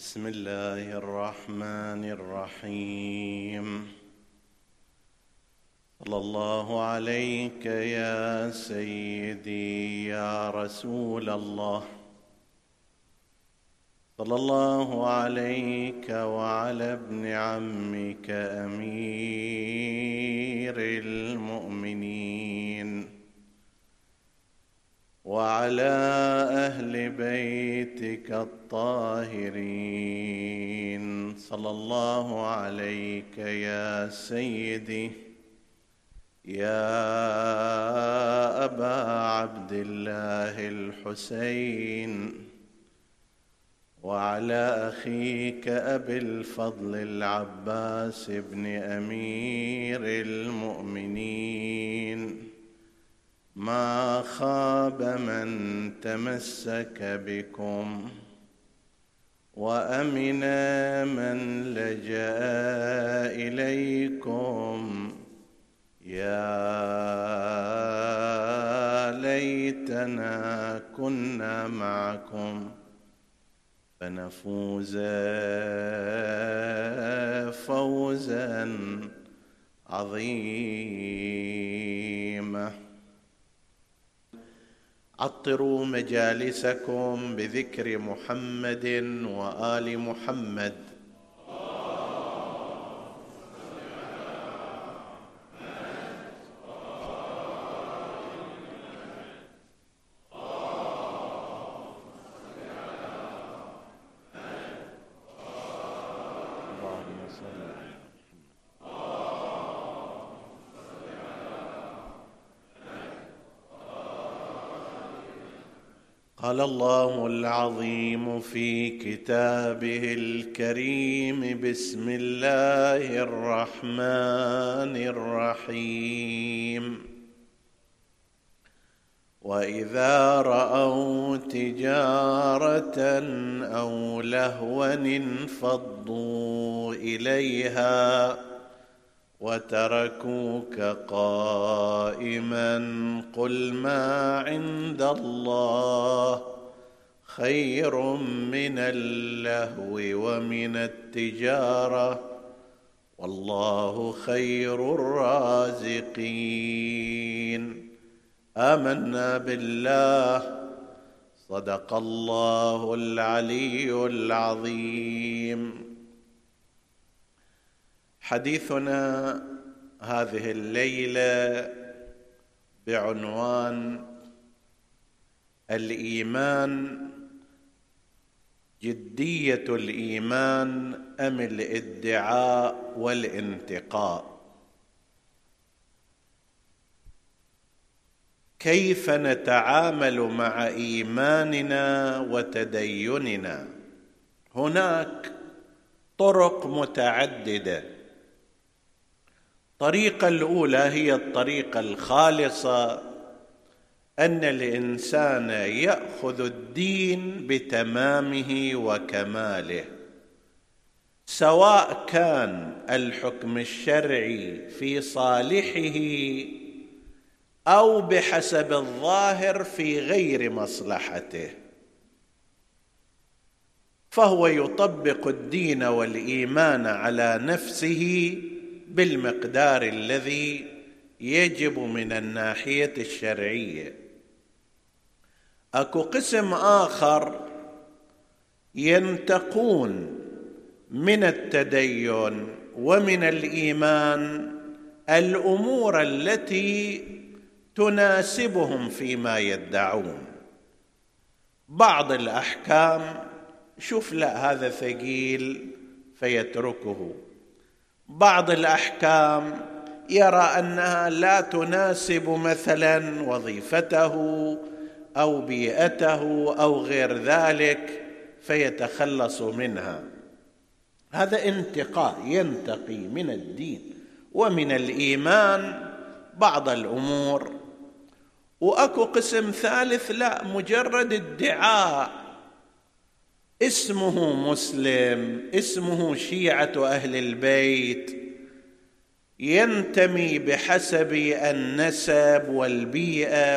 بسم الله الرحمن الرحيم. صلى الله عليك يا سيدي يا رسول الله، صلى الله عليك وعلى ابن عمك أمير المؤمنين وعلى أهل بيتك الطاهرين. صلى الله عليك يا سيدي يا أبا عبد الله الحسين، وعلى أخيك أبي الفضل العباس بن أمير المؤمنين. ما خاب من تمسك بكم وأمن من لجأ إليكم. يا ليتنا كنا معكم فنفوز فوزا عظيما. عطروا مجالسكم بذكر محمد وآل محمد. قال الله العظيم في كتابه الكريم: بسم الله الرحمن الرحيم. وإذا رأوا تجارة أو لهوا انفضوا إليها وتركوك قائما. قل ما عند الله خير من اللهو ومن التجارة، والله خير الرازقين. آمنا بالله، صدق الله العلي العظيم. حديثنا هذه الليلة بعنوان الإيمان: جدية الإيمان أم الادعاء والانتقاء؟ كيف نتعامل مع إيماننا وتديننا؟ هناك طرق متعددة. الطريقة الأولى هي الطريقة الخالصة، أن الإنسان يأخذ الدين بتمامه وكماله، سواء كان الحكم الشرعي في صالحه أو بحسب الظاهر في غير مصلحته، فهو يطبق الدين والإيمان على نفسه بالمقدار الذي يجب من الناحية الشرعية. أكو قسم آخر ينتقون من التدين ومن الإيمان الأمور التي تناسبهم فيما يدعون. بعض الأحكام شوف لا هذا ثقيل فيتركه، بعض الأحكام يرى أنها لا تناسب مثلا وظيفته أو بيئته أو غير ذلك فيتخلص منها. هذا انتقاء، ينتقي من الدين ومن الإيمان بعض الأمور. وأكو قسم ثالث لا، مجرد ادعاء، اسمه مسلم، اسمه شيعة أهل البيت، ينتمي بحسب النسب والبيئة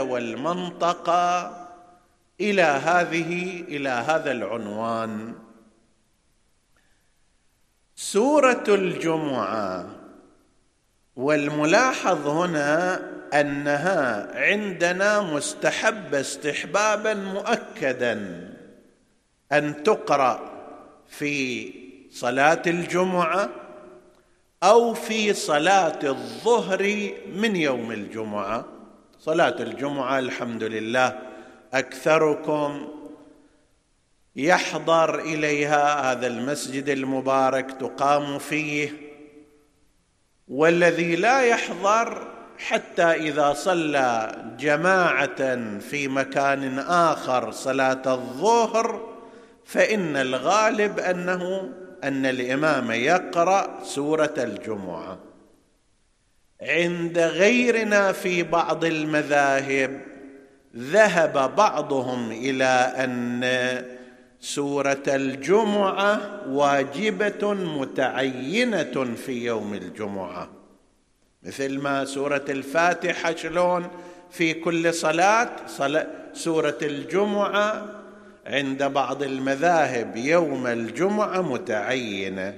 والمنطقة إلى هذا العنوان. سورة الجمعة، والملاحظ هنا أنها عندنا مستحبة استحبابا مؤكدا أن تقرأ في صلاة الجمعة أو في صلاة الظهر من يوم الجمعة. صلاة الجمعة الحمد لله أكثركم يحضر إليها، هذا المسجد المبارك تقام فيه، والذي لا يحضر حتى إذا صلى جماعة في مكان آخر صلاة الظهر فإن الغالب أن الإمام يقرأ سورة الجمعة. عند غيرنا في بعض المذاهب ذهب بعضهم إلى أن سورة الجمعة واجبة متعينة في يوم الجمعة، مثل ما سورة الفاتحة شلون في كل صلاة، سورة الجمعة عند بعض المذاهب يوم الجمعة متعينة.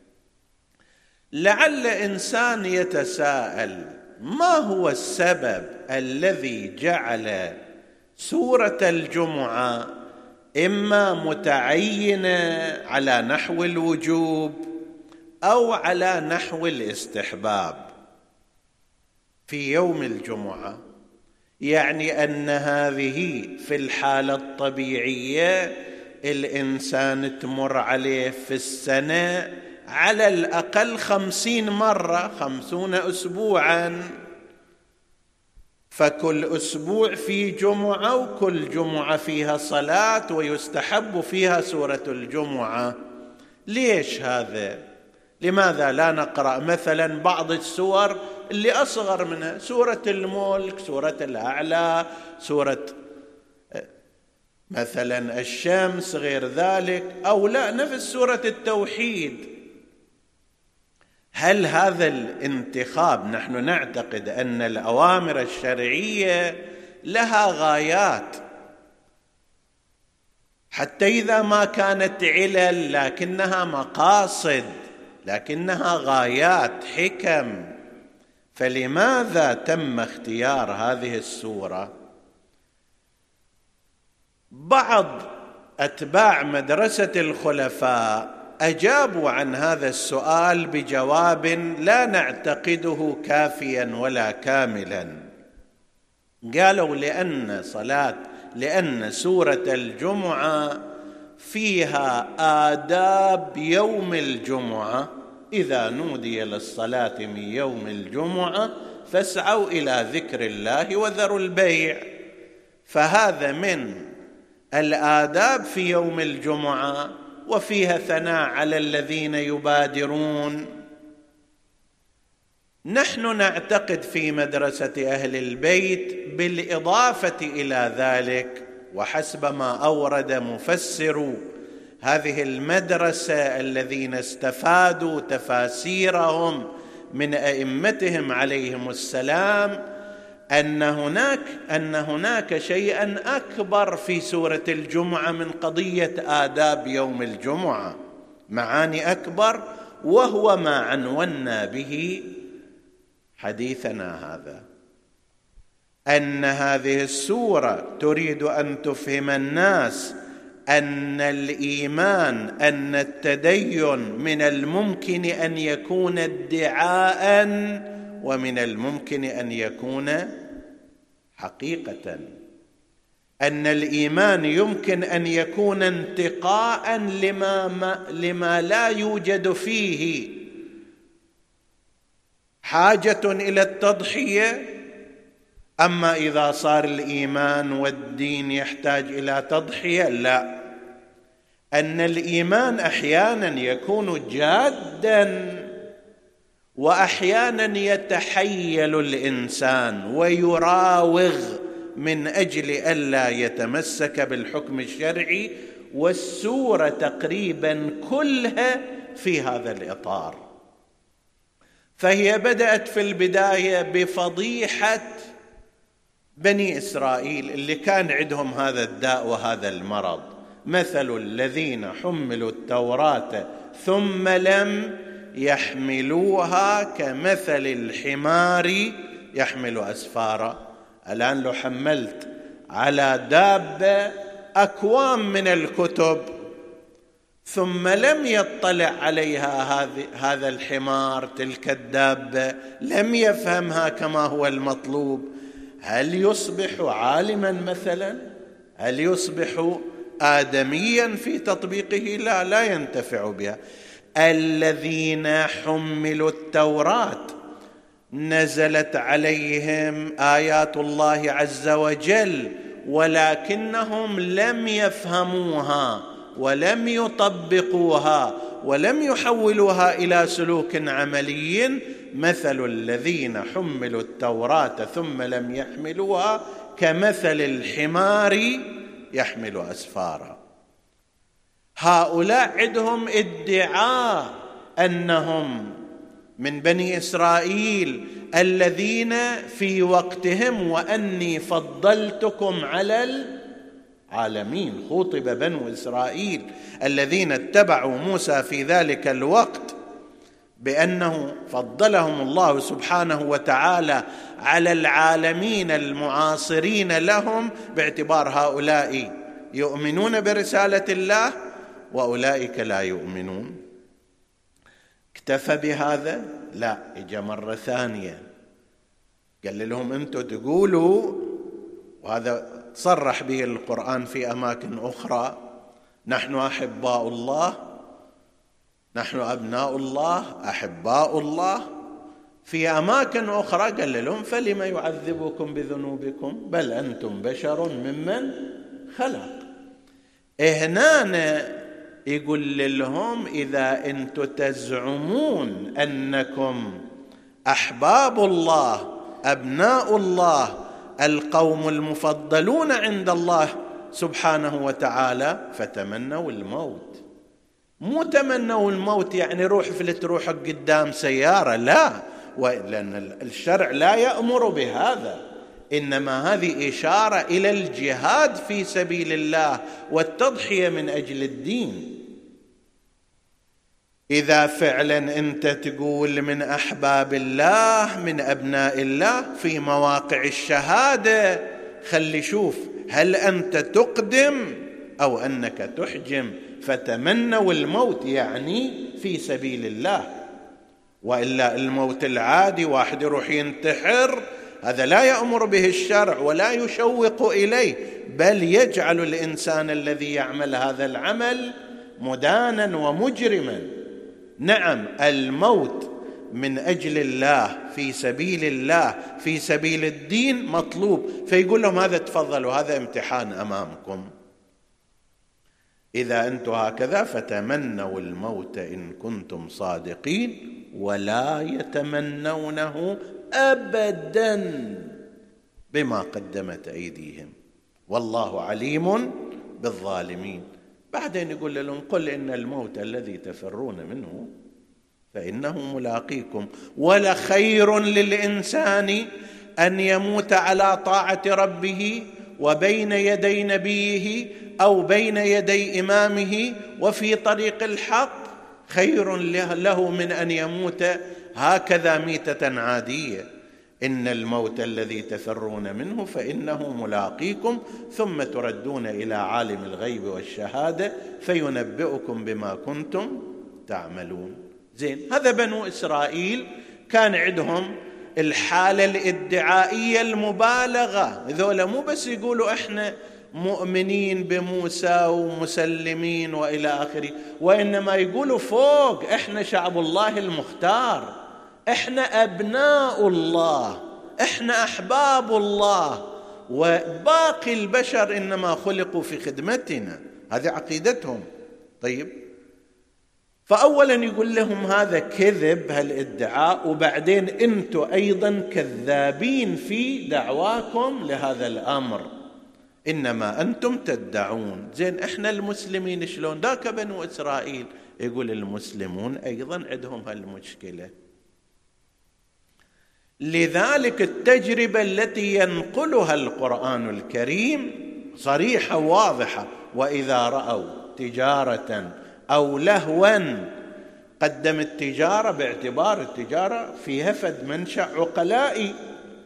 لعل إنسان يتساءل ما هو السبب الذي جعل سورة الجمعة إما متعينة على نحو الوجوب أو على نحو الاستحباب في يوم الجمعة؟ يعني أن هذه في الحالة الطبيعية الإنسان تمر عليه في السنة على الأقل 50 مرة، 50 أسبوعا، فكل أسبوع في جمعة وكل جمعة فيها صلاة ويستحب فيها سورة الجمعة. ليش هذا؟ لماذا لا نقرأ مثلا بعض السور اللي أصغر منها، سورة الملك، سورة الأعلى، سورة مثلا الشمس، غير ذلك، أو لا نفس سورة التوحيد؟ هل هذا الانتخاب، نحن نعتقد أن الأوامر الشرعية لها غايات، حتى إذا ما كانت علل لكنها مقاصد، لكنها غايات، حكم، فلماذا تم اختيار هذه السورة؟ بعض أتباع مدرسة الخلفاء أجابوا عن هذا السؤال بجواب لا نعتقده كافيا ولا كاملا. قالوا لأن سورة الجمعة فيها آداب يوم الجمعة، إذا نودي للصلاة من يوم الجمعة فاسعوا إلى ذكر الله وذروا البيع، فهذا من الآداب في يوم الجمعة، وفيها ثناء على الذين يبادرون. نحن نعتقد في مدرسة أهل البيت بالإضافة إلى ذلك، وحسب ما أورد مفسر هذه المدرسة الذين استفادوا تفاسيرهم من أئمتهم عليهم السلام، أن هناك شيئا أكبر في سورة الجمعة من قضية آداب يوم الجمعة، معاني أكبر، وهو ما عنونا به حديثنا هذا، أن هذه السورة تريد أن تفهم الناس أن الإيمان، أن التدين من الممكن أن يكون ادعاء ومن الممكن أن يكون حقيقة، أن الإيمان يمكن أن يكون انتقاء لما لا يوجد فيه حاجة إلى التضحية. أما إذا صار الإيمان والدين يحتاج إلى تضحية، لا، أن الإيمان أحيانا يكون جاداً وأحيانا يتحيل الإنسان ويراوغ من أجل ألا يتمسك بالحكم الشرعي، والسورة تقريبا كلها في هذا الإطار. فهي بدأت في البداية بفضيحة بني إسرائيل اللي كان عندهم هذا الداء وهذا المرض، مثل الذين حملوا التوراة ثم لم يحملوها كمثل الحمار يحمل أسفارا. الآن لو حملت على دابة أكوام من الكتب ثم لم يطلع عليها هذا الحمار، تلك الدابة، لم يفهمها كما هو المطلوب، هل يصبح عالما مثلا؟ هل يصبح آدميا في تطبيقه؟ لا ينتفع بها. الذين حملوا التوراة نزلت عليهم آيات الله عز وجل ولكنهم لم يفهموها ولم يطبقوها ولم يحولوها إلى سلوك عملي. مثل الذين حملوا التوراة ثم لم يحملوها كمثل الحمار يحمل أسفارا. هؤلاء عندهم ادعاء أنهم من بني إسرائيل الذين في وقتهم وأني فضلتكم على العالمين. خاطب بنو إسرائيل الذين اتبعوا موسى في ذلك الوقت بأنه فضلهم الله سبحانه وتعالى على العالمين المعاصرين لهم، باعتبار هؤلاء يؤمنون برسالة الله وأولئك لا يؤمنون. اكتفى بهذا؟ لا، اجى مرة ثانية قال لهم أنتم تقولوا، وهذا صرح به القرآن في أماكن أخرى، نحن أحباء الله، نحن أبناء الله، أحباء الله. في أماكن أخرى قال لهم فلم يعذبكم بذنوبكم بل أنتم بشر ممن خلق. هنا يقول لهم إذا أنتم تزعمون أنكم أحباب الله، أبناء الله، القوم المفضلون عند الله سبحانه وتعالى، فتمنوا الموت. مو تمنوا الموت يعني روح فلت روحك قدام سيارة، لا، لأن الشرع لا يأمر بهذا، إنما هذه إشارة إلى الجهاد في سبيل الله والتضحية من أجل الدين. إذا فعلا أنت تقول من أحباب الله من أبناء الله في مواقع الشهادة، خلي شوف هل أنت تقدم أو أنك تحجم. فتمنوا الموت يعني في سبيل الله، وإلا الموت العادي واحد يروح ينتحر هذا لا يأمر به الشرع ولا يشوق إليه، بل يجعل الإنسان الذي يعمل هذا العمل مدانا ومجرما. نعم، الموت من أجل الله في سبيل الله في سبيل الدين مطلوب. فيقول لهم هذا تفضلوا، هذا امتحان أمامكم، إذا أنتم هكذا فتمنوا الموت إن كنتم صادقين ولا يتمنونه أبدا بما قدمت أيديهم والله عليم بالظالمين. بعدين يقول لهم قل إن الموت الذي تفرون منه فإنه ملاقيكم ولخير للإنسان أن يموت على طاعة ربه وبين يدي نبيه أو بين يدي إمامه وفي طريق الحق، خير له من أن يموت هكذا ميتة عادية. إن الموت الذي تفرون منه فإنه ملاقيكم ثم تردون إلى عالم الغيب والشهادة فينبئكم بما كنتم تعملون. زين، هذا بنو إسرائيل كان عندهم الحالة الادعائية المبالغة. ذولا مو بس يقولوا إحنا مؤمنين بموسى ومسلمين وإلى آخره، وإنما يقولوا فوق إحنا شعب الله المختار، إحنا أبناء الله، إحنا أحباب الله، وباقي البشر إنما خلقوا في خدمتنا. هذه عقيدتهم. طيب، فأولا يقول لهم هذا كذب هالادعاء، وبعدين أنتم أيضا كذابين في دعواكم لهذا الأمر، إنما أنتم تدعون. زين، إحنا المسلمين شلون؟ ذاك بنو إسرائيل. يقول المسلمون أيضا عندهم هالمشكلة. لذلك التجربة التي ينقلها القرآن الكريم صريحة واضحة: وإذا رأوا تجارة أو لهوا قدم التجارة باعتبار التجارة فيها فد منشأ عقلائي،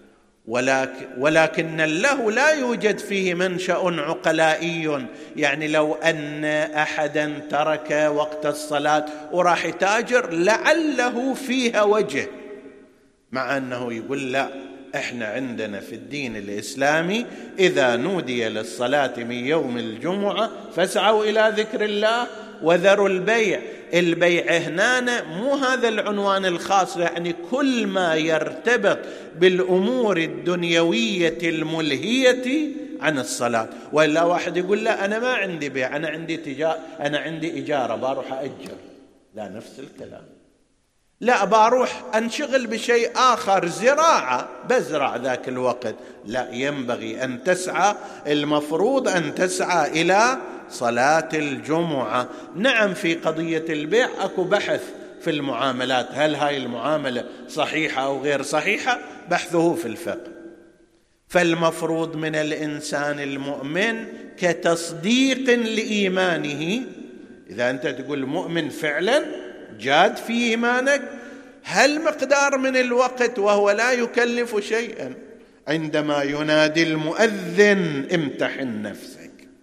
ولكن اللهو لا يوجد فيه منشأ عقلائي. يعني لو أن أحدا ترك وقت الصلاة وراح يتاجر لعله فيها وجه، مع أنه يقول لا، إحنا عندنا في الدين الإسلامي إذا نودي للصلاة من يوم الجمعة فاسعوا إلى ذكر الله وذروا البيع. البيع هنا مو هذا العنوان الخاص، يعني كل ما يرتبط بالأمور الدنيوية الملهية عن الصلاة. وإلا واحد يقول لا أنا ما عندي بيع، أنا عندي تجارة، أنا عندي إجارة بروح أأجر. لا، نفس الكلام. لا، بروح أنشغل بشيء آخر، زراعة، بزرع ذاك الوقت. لا، ينبغي أن تسعى، المفروض أن تسعى إلى صلاة الجمعة. نعم، في قضية البيع أكو بحث في المعاملات، هل هاي المعاملة صحيحة أو غير صحيحة، بحثه في الفقه. فالمفروض من الإنسان المؤمن كتصديق لإيمانه، إذا أنت تقول مؤمن فعلا جاد في إيمانك، هل مقدار من الوقت وهو لا يكلف شيئا عندما ينادي المؤذن امتحن نفسك.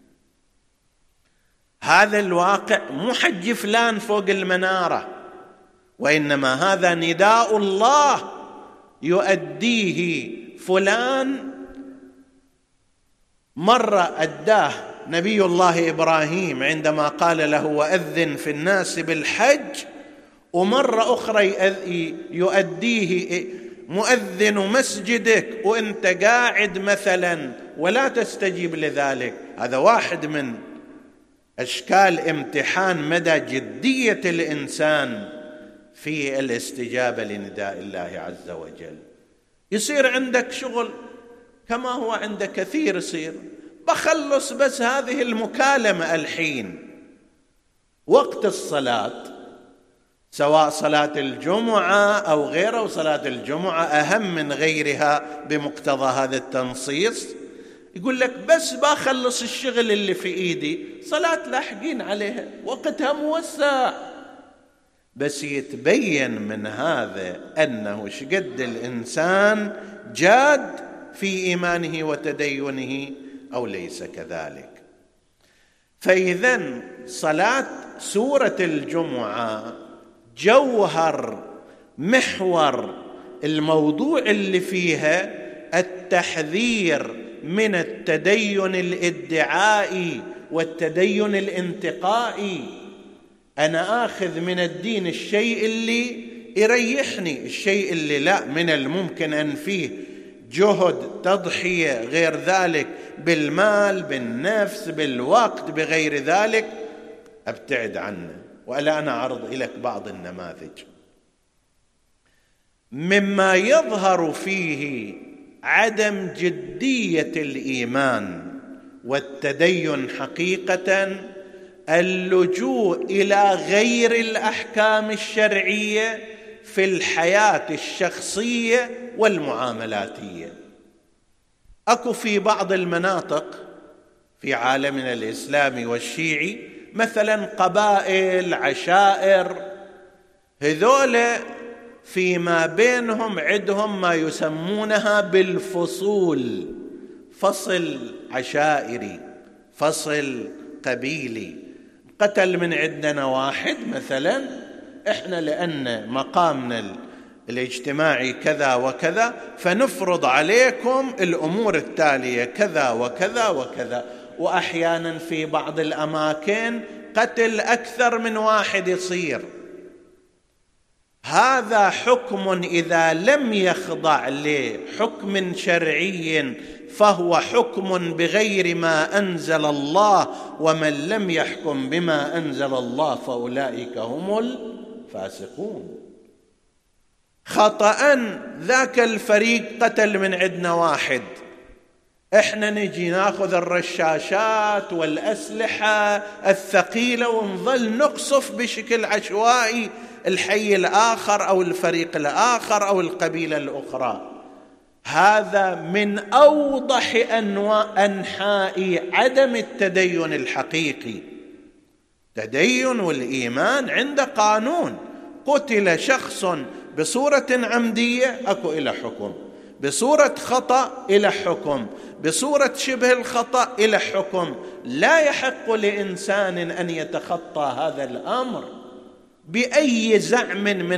هذا الواقع مو حج فلان فوق المنارة، وإنما هذا نداء الله يؤديه فلان. مرة أداه نبي الله إبراهيم عندما قال له وأذن في الناس بالحج، ومرة أخرى يؤديه مؤذن مسجدك وأنت قاعد مثلا ولا تستجيب لذلك. هذا واحد من أشكال امتحان مدى جدية الإنسان في الاستجابة لنداء الله عز وجل. يصير عندك شغل كما هو عند كثير، يصير بخلص بس هذه المكالمة الحين. وقت الصلاة سواء صلاة الجمعة أو غيره، وصلاة الجمعة أهم من غيرها بمقتضى هذا التنصيص، يقول لك بس بخلص الشغل اللي في إيدي، صلاة لاحقين عليها وقتها موسع. بس يتبين من هذا أنه شقد الإنسان جاد في إيمانه وتدينه أو ليس كذلك. فإذن صلاة سورة الجمعة جوهر محور الموضوع اللي فيها التحذير من التدين الادعائي والتدين الانتقائي. أنا آخذ من الدين الشيء اللي يريحني، الشيء اللي لا من الممكن أن فيه جهد، تضحية، غير ذلك، بالمال، بالنفس، بالوقت، بغير ذلك، أبتعد عنه. وألا أنا أعرض لك بعض النماذج مما يظهر فيه عدم جدية الإيمان والتدين حقيقة، اللجوء إلى غير الأحكام الشرعية في الحياة الشخصية والمعاملاتية. أكو في بعض المناطق في عالمنا الإسلامي والشيعي مثلا قبائل، عشائر، هذول فيما بينهم عندهم ما يسمونها بالفصول، فصل عشائري، فصل قبيلي. قتل من عندنا واحد مثلا، احنا لأن مقامنا الاجتماعي كذا وكذا فنفرض عليكم الأمور التالية كذا وكذا وكذا. وأحيانا في بعض الأماكن قتل أكثر من واحد يصير. هذا حكم إذا لم يخضع لحكم شرعي فهو حكم بغير ما أنزل الله، ومن لم يحكم بما أنزل الله فأولئك هم الفاسقون. خطأ ذاك الفريق قتل من عندنا واحد، احنا نجي ناخذ الرشاشات والأسلحة الثقيلة ونظل نقصف بشكل عشوائي الحي الآخر أو الفريق الآخر أو القبيلة الأخرى. هذا من أوضح أنحاء عدم التدين الحقيقي. تدين والإيمان عنده قانون، قتل شخص بصورة عمدية أكو إلى حكم، بصورة خطأ إلى حكم، بصورة شبه الخطأ إلى حكم. لا يحق لإنسان أن يتخطى هذا الأمر بأي زعم من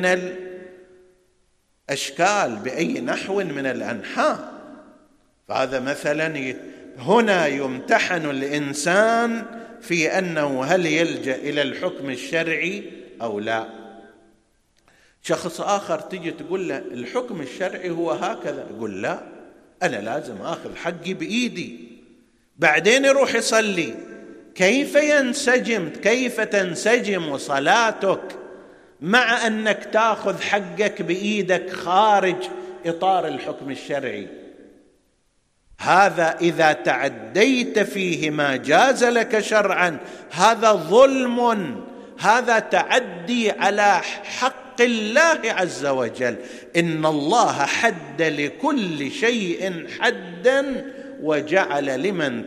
الأشكال، بأي نحو من الأنحاء. فهذا مثلا هنا يمتحن الإنسان في أنه هل يلجأ إلى الحكم الشرعي أو لا. شخص آخر تجي تقول له الحكم الشرعي هو هكذا، يقول لا، أنا لازم أخذ حقي بإيدي. بعدين يروح يصلي، كيف تنسجم صلاتك مع أنك تأخذ حقك بإيدك خارج إطار الحكم الشرعي؟ هذا إذا تعديت فيه ما جاز لك شرعا هذا ظلم، هذا تعدي على حق الله عز وجل. إن الله حد لكل شيء حدا وجعل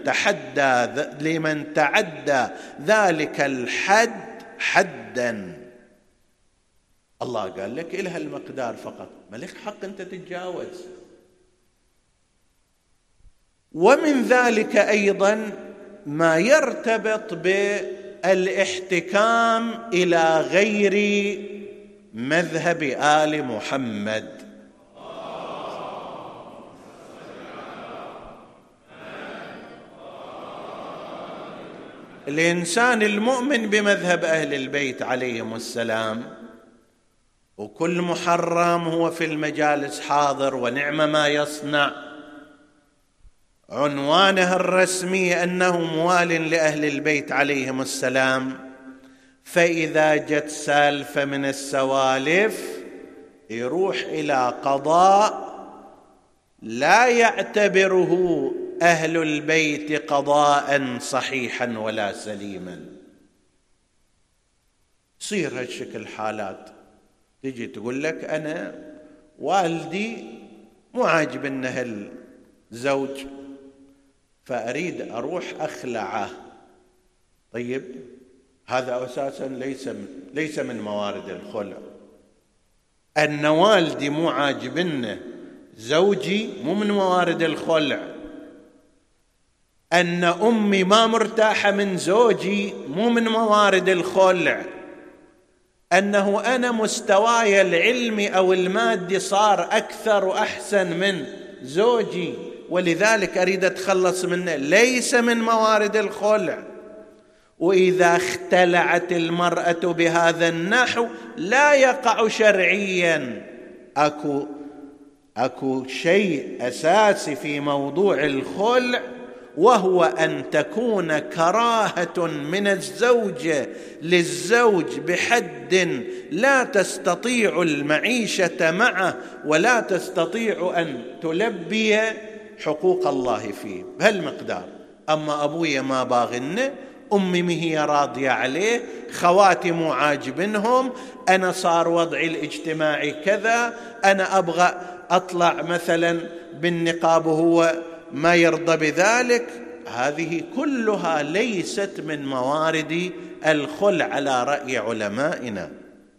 لمن تعدى ذلك الحد حدا. الله قال لك إلها المقدار فقط، ما لك حق أنت تتجاوز. ومن ذلك أيضا ما يرتبط بالاحتكام إلى غير مذهب آل محمد. الإنسان المؤمن بمذهب أهل البيت عليهم السلام وكل محرم هو في المجالس حاضر ونعم ما يصنع، عنوانه الرسمي أنه موال لأهل البيت عليهم السلام، فإذا جت سالفة من السوالف يروح إلى قضاء لا يعتبره أهل البيت قضاء صحيحا ولا سليما. تصير هالشكل حالات، تجي تقول لك أنا والدي مو عاجبنه الزوج فأريد أروح أخلعه. طيب هذا أساسا ليس من موارد الخلع. أن والدي مو عاجبنه زوجي مو من موارد الخلع. أن أمي ما مرتاحة من زوجي مو من موارد الخلع. أنه أنا مستواي العلمي أو المادي صار أكثر وأحسن من زوجي ولذلك أريد أتخلص منه ليس من موارد الخلع. وإذا اختلعت المرأة بهذا النحو لا يقع شرعيا. أكو شيء أساسي في موضوع الخلع، وهو أن تكون كراهة من الزوجة للزوج بحد لا تستطيع المعيشة معه ولا تستطيع أن تلبي حقوق الله فيه بهالمقدار. أما أبويا ما باغنه، أمي مهي راضية عليه، خواتي مو عاجبنهم، أنا صار وضعي الاجتماعي كذا، أنا أبغى أطلع مثلا بالنقاب وهو ما يرضى بذلك. هذه كلها ليست من موارد الخلع على رأي علمائنا.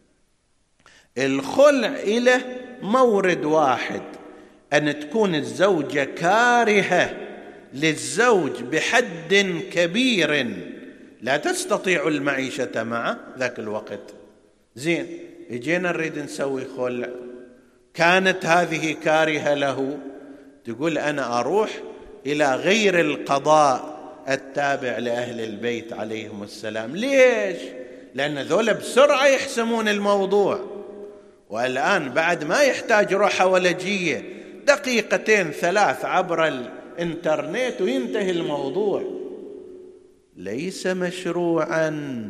الخلع له مورد واحد، أن تكون الزوجة كارهة للزوج بحد كبير لا تستطيع المعيشة معه ذاك الوقت. زين، اجينا نريد نسوي خلع، كانت هذه كارهة له، تقول أنا أروح إلى غير القضاء التابع لأهل البيت عليهم السلام. ليش؟ لأن ذولا بسرعة يحسمون الموضوع، والآن بعد ما يحتاج روحة ولجية، دقيقتين 3 عبر الإنترنت وينتهي الموضوع. ليس مشروعا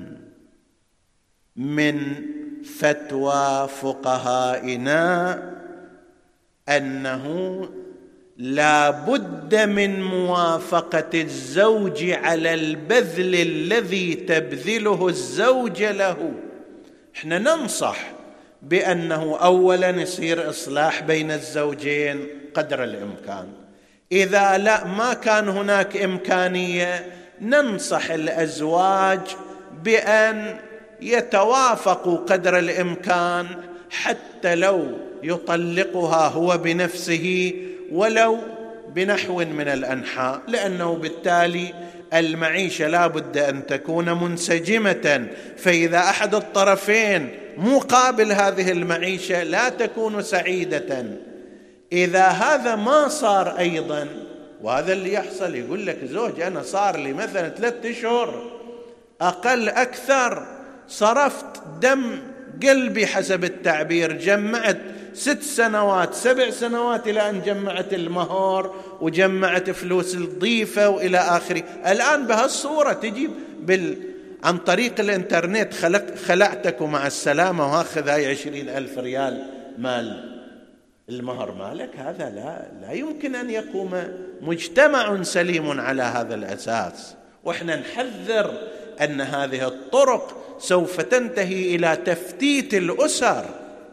من فتوى فقهائنا أنه لا بد من موافقة الزوج على البذل الذي تبذله الزوجة له. احنا ننصح بأنه أولا يصير إصلاح بين الزوجين قدر الإمكان. إذا لا ما كان هناك إمكانية، ننصح الأزواج بأن يتوافق قدر الإمكان حتى لو يطلقها هو بنفسه ولو بنحو من الأنحاء، لأنه بالتالي المعيشة لا بد أن تكون منسجمة، فإذا أحد الطرفين مقابل هذه المعيشة لا تكون سعيدة. إذا هذا ما صار أيضا، وهذا اللي يحصل، يقول لك زوج أنا صار لي مثلا 3 أشهر أقل أكثر صرفت دم قلبي حسب التعبير، جمعت 6 سنوات 7 سنوات إلى أن جمعت المهر وجمعت فلوس الضيفة وإلى آخره، الآن بهالصورة تجي عن طريق الإنترنت خلعتك ومع السلامة وهاخذ هاي 20,000 ريال مال المهر مالك. هذا لا يمكن أن يقوم مجتمع سليم على هذا الأساس، وإحنا نحذر أن هذه الطرق سوف تنتهي إلى تفتيت الأسر.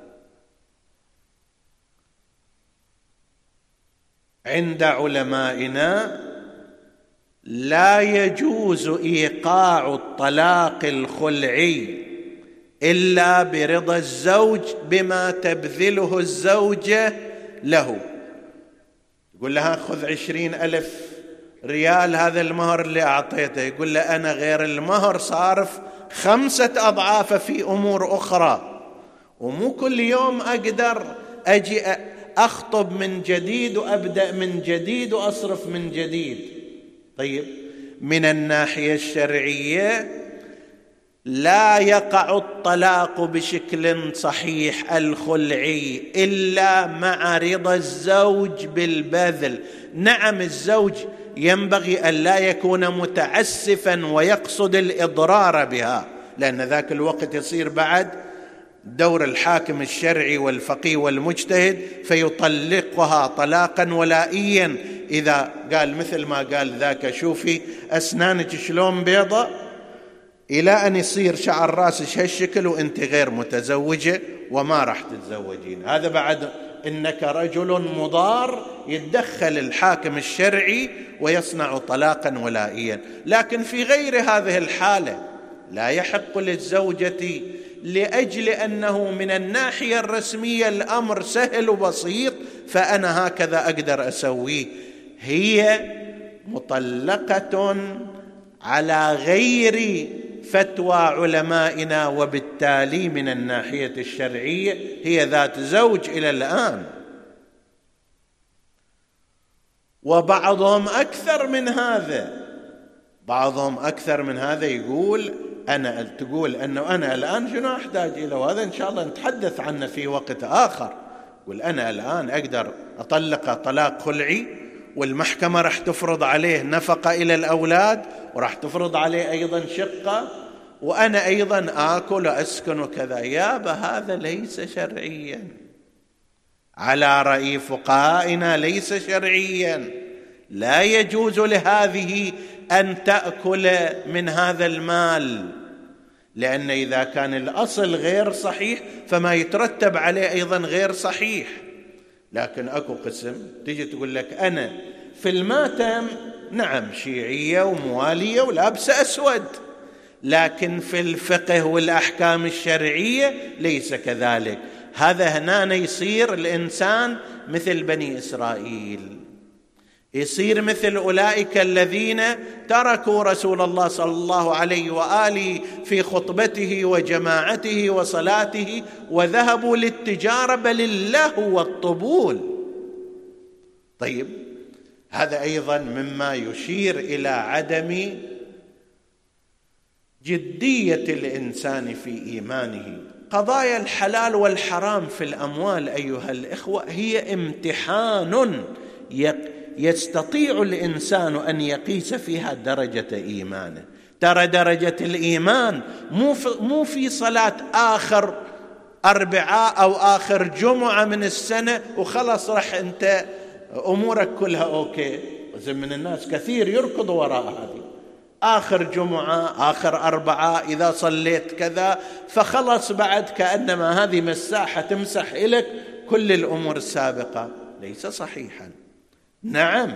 عند علمائنا لا يجوز إيقاع الطلاق الخلعي إلا برضا الزوج بما تبذله الزوجة له. يقول لها خذ 20,000 ريال هذا المهر اللي أعطيته، يقول له أنا غير المهر صارف 5 أضعاف في أمور أخرى، ومو كل يوم أقدر أجي أخطب من جديد وأبدأ من جديد وأصرف من جديد. طيب، من الناحية الشرعية لا يقع الطلاق بشكل صحيح الخلعي إلا مع رضا الزوج بالبذل. نعم، الزوج ينبغي أن لا يكون متعسفا ويقصد الإضرار بها، لأن ذاك الوقت يصير بعد دور الحاكم الشرعي والفقيه والمجتهد فيطلقها طلاقا ولائيا. إذا قال مثل ما قال ذاك شوفي أسنانك شلون بيضة، إلى أن يصير شعر راسك هالشكل وأنت غير متزوجة وما راح تتزوجين، هذا بعد إنك رجل مضار، يتدخل الحاكم الشرعي ويصنع طلاقا ولائيا. لكن في غير هذه الحالة لا يحق للزوجة، لأجل أنه من الناحية الرسمية الأمر سهل وبسيط فأنا هكذا أقدر أسويه، هي مطلقة على غير فتوى علمائنا، وبالتالي من الناحية الشرعية هي ذات زوج إلى الآن. وبعضهم أكثر من هذا، يقول تقول أنه أنا الآن شنو أحتاج إلى، وهذا إن شاء الله نتحدث عنه في وقت آخر. يقول أنا الآن أقدر أطلق طلاق خلعي، والمحكمة راح تفرض عليه نفقة إلى الأولاد، وراح تفرض عليه أيضا شقة، وأنا أيضا آكل وأسكن وكذا. يابا هذا ليس شرعيا، على رأي فقهائنا ليس شرعيا. لا يجوز لهذه أن تأكل من هذا المال، لأن إذا كان الأصل غير صحيح فما يترتب عليه أيضا غير صحيح. لكن أكو قسم تيجي تقول لك أنا في الماتم نعم شيعية وموالية ولابسة أسود، لكن في الفقه والأحكام الشرعية ليس كذلك. هذا هنا يصير الإنسان مثل بني إسرائيل، يصير مثل أولئك الذين تركوا رسول الله صلى الله عليه وآله في خطبته وجماعته وصلاته وذهبوا للتجارة بل اللهو والطبول. طيب، هذا أيضا مما يشير إلى عدم جدية الإنسان في إيمانه. قضايا الحلال والحرام في الأموال أيها الإخوة هي امتحان يستطيع الإنسان أن يقيس فيها درجة إيمانه. ترى درجة الإيمان مو في صلاة آخر أربعاء أو آخر جمعة من السنة وخلص رح أنت أمورك كلها أوكي. زي من الناس كثير يركض وراء هذه، آخر جمعة آخر أربعاء إذا صليت كذا فخلص بعد كأنما هذه مساحة تمسح لك كل الأمور السابقة. ليس صحيحا. نعم،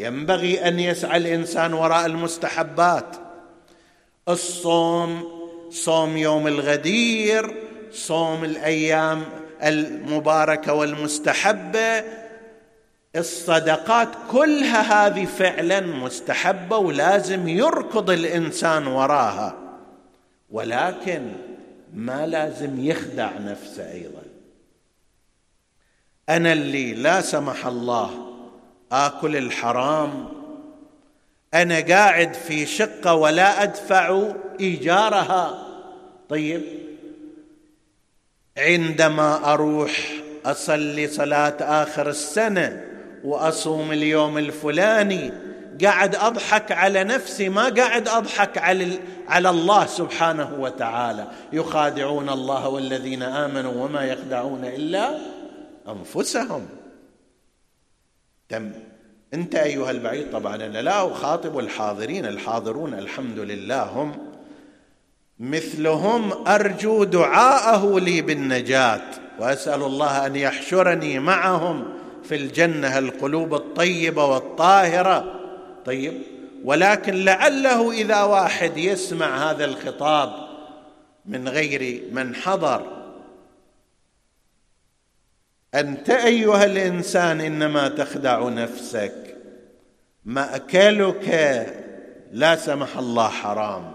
ينبغي أن يسعى الإنسان وراء المستحبات، الصوم، صوم يوم الغدير، صوم الأيام المباركة والمستحبة، الصدقات كلها هذه فعلا مستحبة ولازم يركض الإنسان وراها، ولكن ما لازم يخدع نفسه أيضا. أنا اللي لا سمح الله آكل الحرام، أنا قاعد في شقة ولا أدفع إيجارها، طيب عندما أروح أصلي صلاة آخر السنة وأصوم اليوم الفلاني قاعد أضحك على نفسي، ما قاعد أضحك على الله سبحانه وتعالى. يخادعون الله والذين آمنوا وما يخدعون إلا أنفسهم. أنت أيها البعيد، طبعا أنا لا أخاطب الحاضرين، الحاضرون الحمد لله هم مثلهم، أرجو دعاءه لي بالنجاة وأسأل الله أن يحشرني معهم في الجنة القلوب الطيبة والطاهرة. طيب، ولكن لعله إذا واحد يسمع هذا الخطاب من غير من حضر: أنت أيها الإنسان إنما تخدع نفسك، مأكلك لا سمح الله حرام،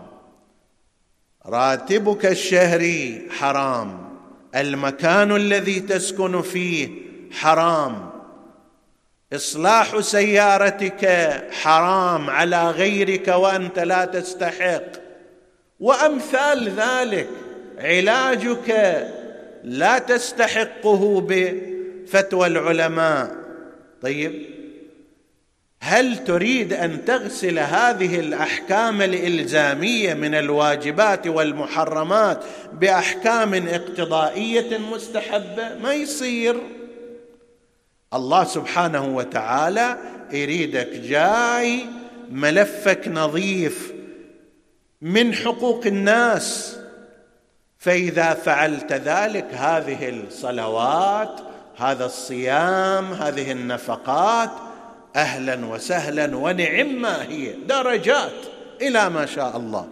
راتبك الشهري حرام، المكان الذي تسكن فيه حرام، إصلاح سيارتك حرام على غيرك وأنت لا تستحق، وأمثال ذلك، علاجك لا تستحقه بفتوى العلماء. طيب، هل تريد أن تغسل هذه الأحكام الإلزامية من الواجبات والمحرمات بأحكام اقتضائية مستحبة؟ ما يصير. الله سبحانه وتعالى يريدك جاي ملفك نظيف من حقوق الناس، فإذا فعلت ذلك هذه الصلوات، هذا الصيام، هذه النفقات، أهلا وسهلا ونعم ما هي، درجات إلى ما شاء الله.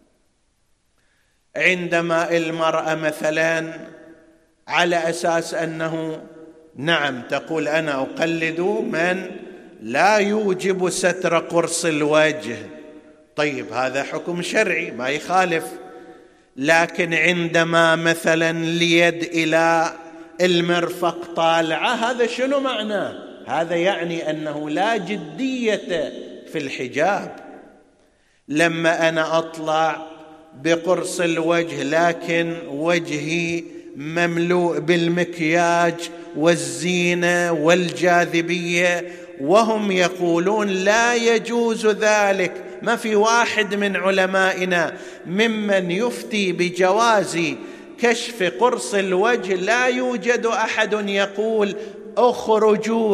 عندما المرأة مثلا على أساس أنه نعم تقول أنا أقلد من لا يوجب ستر قرص الوجه، طيب هذا حكم شرعي ما يخالف، لكن عندما مثلا اليد إلى المرفق طالعة، هذا شنو معناه؟ هذا يعني أنه لا جدية في الحجاب. لما أنا أطلع بقرص الوجه لكن وجهي مملوء بالمكياج والزينة والجاذبية، وهم يقولون لا يجوز ذلك، ما في واحد من علمائنا ممن يفتي بجواز كشف قرص الوجه، لا يوجد أحد يقول اخرجوا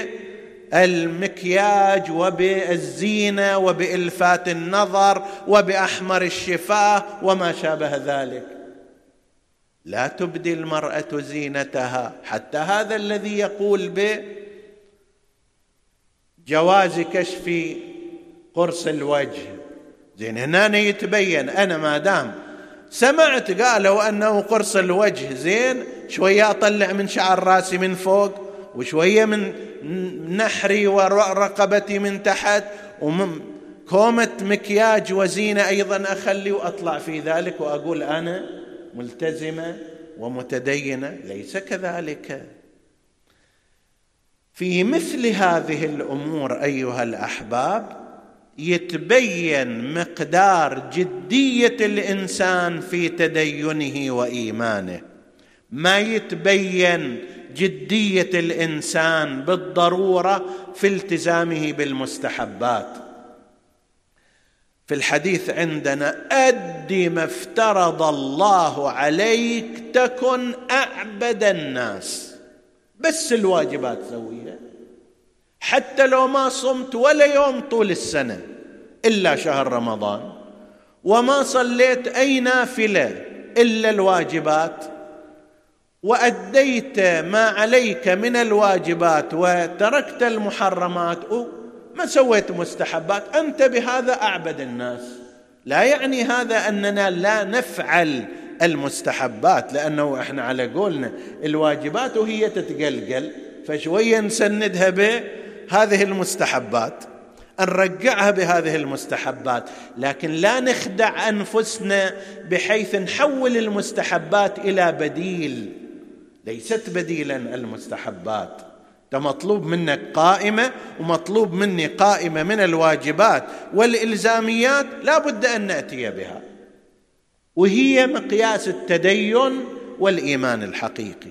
بالمكياج وبالزينة وبإلفات النظر وبأحمر الشفاه وما شابه ذلك. لا تبدي المرأة زينتها، حتى هذا الذي يقول بجواز كشف قرص الوجه، زين هنا يتبين أنا ما دام سمعت قالوا أنه قرص الوجه زين، شوية أطلع من شعر راسي من فوق وشوية من نحري ورقبتي من تحت وكومة مكياج وزينة أيضا أخلي وأطلع في ذلك وأقول أنا ملتزمة ومتدينة. ليس كذلك. في مثل هذه الأمور أيها الأحباب يتبين مقدار جدية الإنسان في تدينه وإيمانه، ما يتبين جدية الإنسان بالضرورة في التزامه بالمستحبات. في الحديث عندنا أد ما افترض الله عليك تكن أعبد الناس، بس الواجبات سويها، حتى لو ما صمت ولا يوم طول السنة إلا شهر رمضان، وما صليت أي نافلة إلا الواجبات، وأديت ما عليك من الواجبات وتركت المحرمات وما سويت مستحبات، أنت بهذا أعبد الناس. لا يعني هذا أننا لا نفعل المستحبات، لأنه إحنا على قولنا الواجبات وهي تتقلقل، فشوية نسندها بهذه المستحبات، نرجعها بهذه المستحبات، لكن لا نخدع أنفسنا بحيث نحول المستحبات إلى بديل. ليست بديلا المستحبات، مطلوب منك قائمة، ومطلوب مني قائمة من الواجبات والإلزاميات لا بد أن نأتي بها، وهي مقياس التدين والإيمان الحقيقي.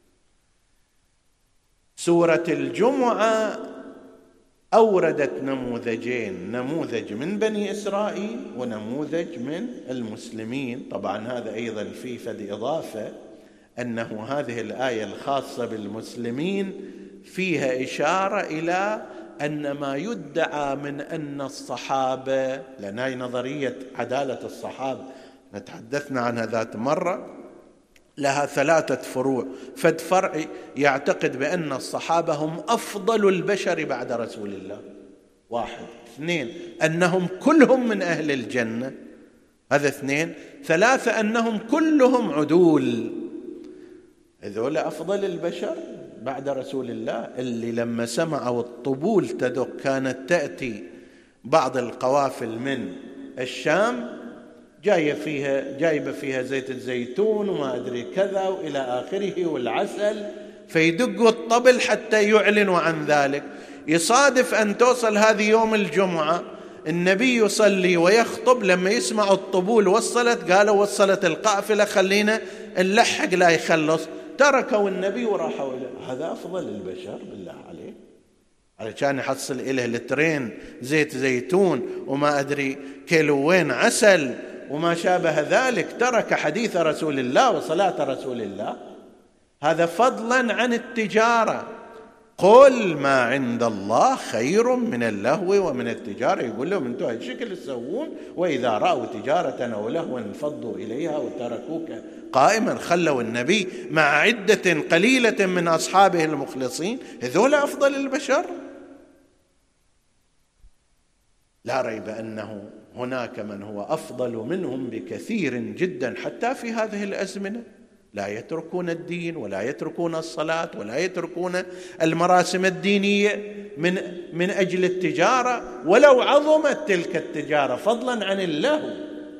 سورة الجمعة أوردت نموذجين، نموذج من بني إسرائيل ونموذج من المسلمين. طبعا هذا أيضا في فد إضافة، أنه هذه الآية الخاصة بالمسلمين فيها إشارة إلى أن ما يدعى من أن الصحابة، لأن هي نظرية عدالة الصحابة نتحدثنا عنها ذات مرة، لها 3 فروع. فد فرع يعتقد بأن الصحابة هم أفضل البشر بعد رسول الله، 1. 2 أنهم كلهم من أهل الجنة، هذا 2. 3 أنهم كلهم عدول. هذول أفضل البشر بعد رسول الله، اللي لما سمعوا الطبول تدق كانت تأتي بعض القوافل من الشام جايبة فيها زيت الزيتون وما أدري كذا وإلى آخره والعسل، فيدقوا الطبل حتى يعلنوا عن ذلك. يصادف أن توصل هذه يوم الجمعة، النبي يصلي ويخطب، لما يسمعوا الطبول وصلت، قالوا وصلت القافلة خلينا نلحق لا يخلص، تركوا النبي وراحوا إليه. هذا أفضل البشر بالله عليه، علشان يحصل إله لترين زيت زيتون وما أدري كيلوين عسل وما شابه ذلك، ترك حديث رسول الله وصلاة رسول الله. هذا فضلا عن التجارة. قل ما عند الله خير من اللهو ومن التجارة. يقول لهم انتم هالشكل تسوون، وإذا رأوا تجارة أو لهوا انفضوا إليها وتركوك قائما. خلوا النبي مع عدة قليلة من أصحابه المخلصين، هذول أفضل البشر. لا ريب أنه هناك من هو أفضل منهم بكثير جدا، حتى في هذه الأزمنة لا يتركون الدين ولا يتركون الصلاة ولا يتركون المراسم الدينية من أجل التجارة، ولو عظمت تلك التجارة فضلا عن اللهو.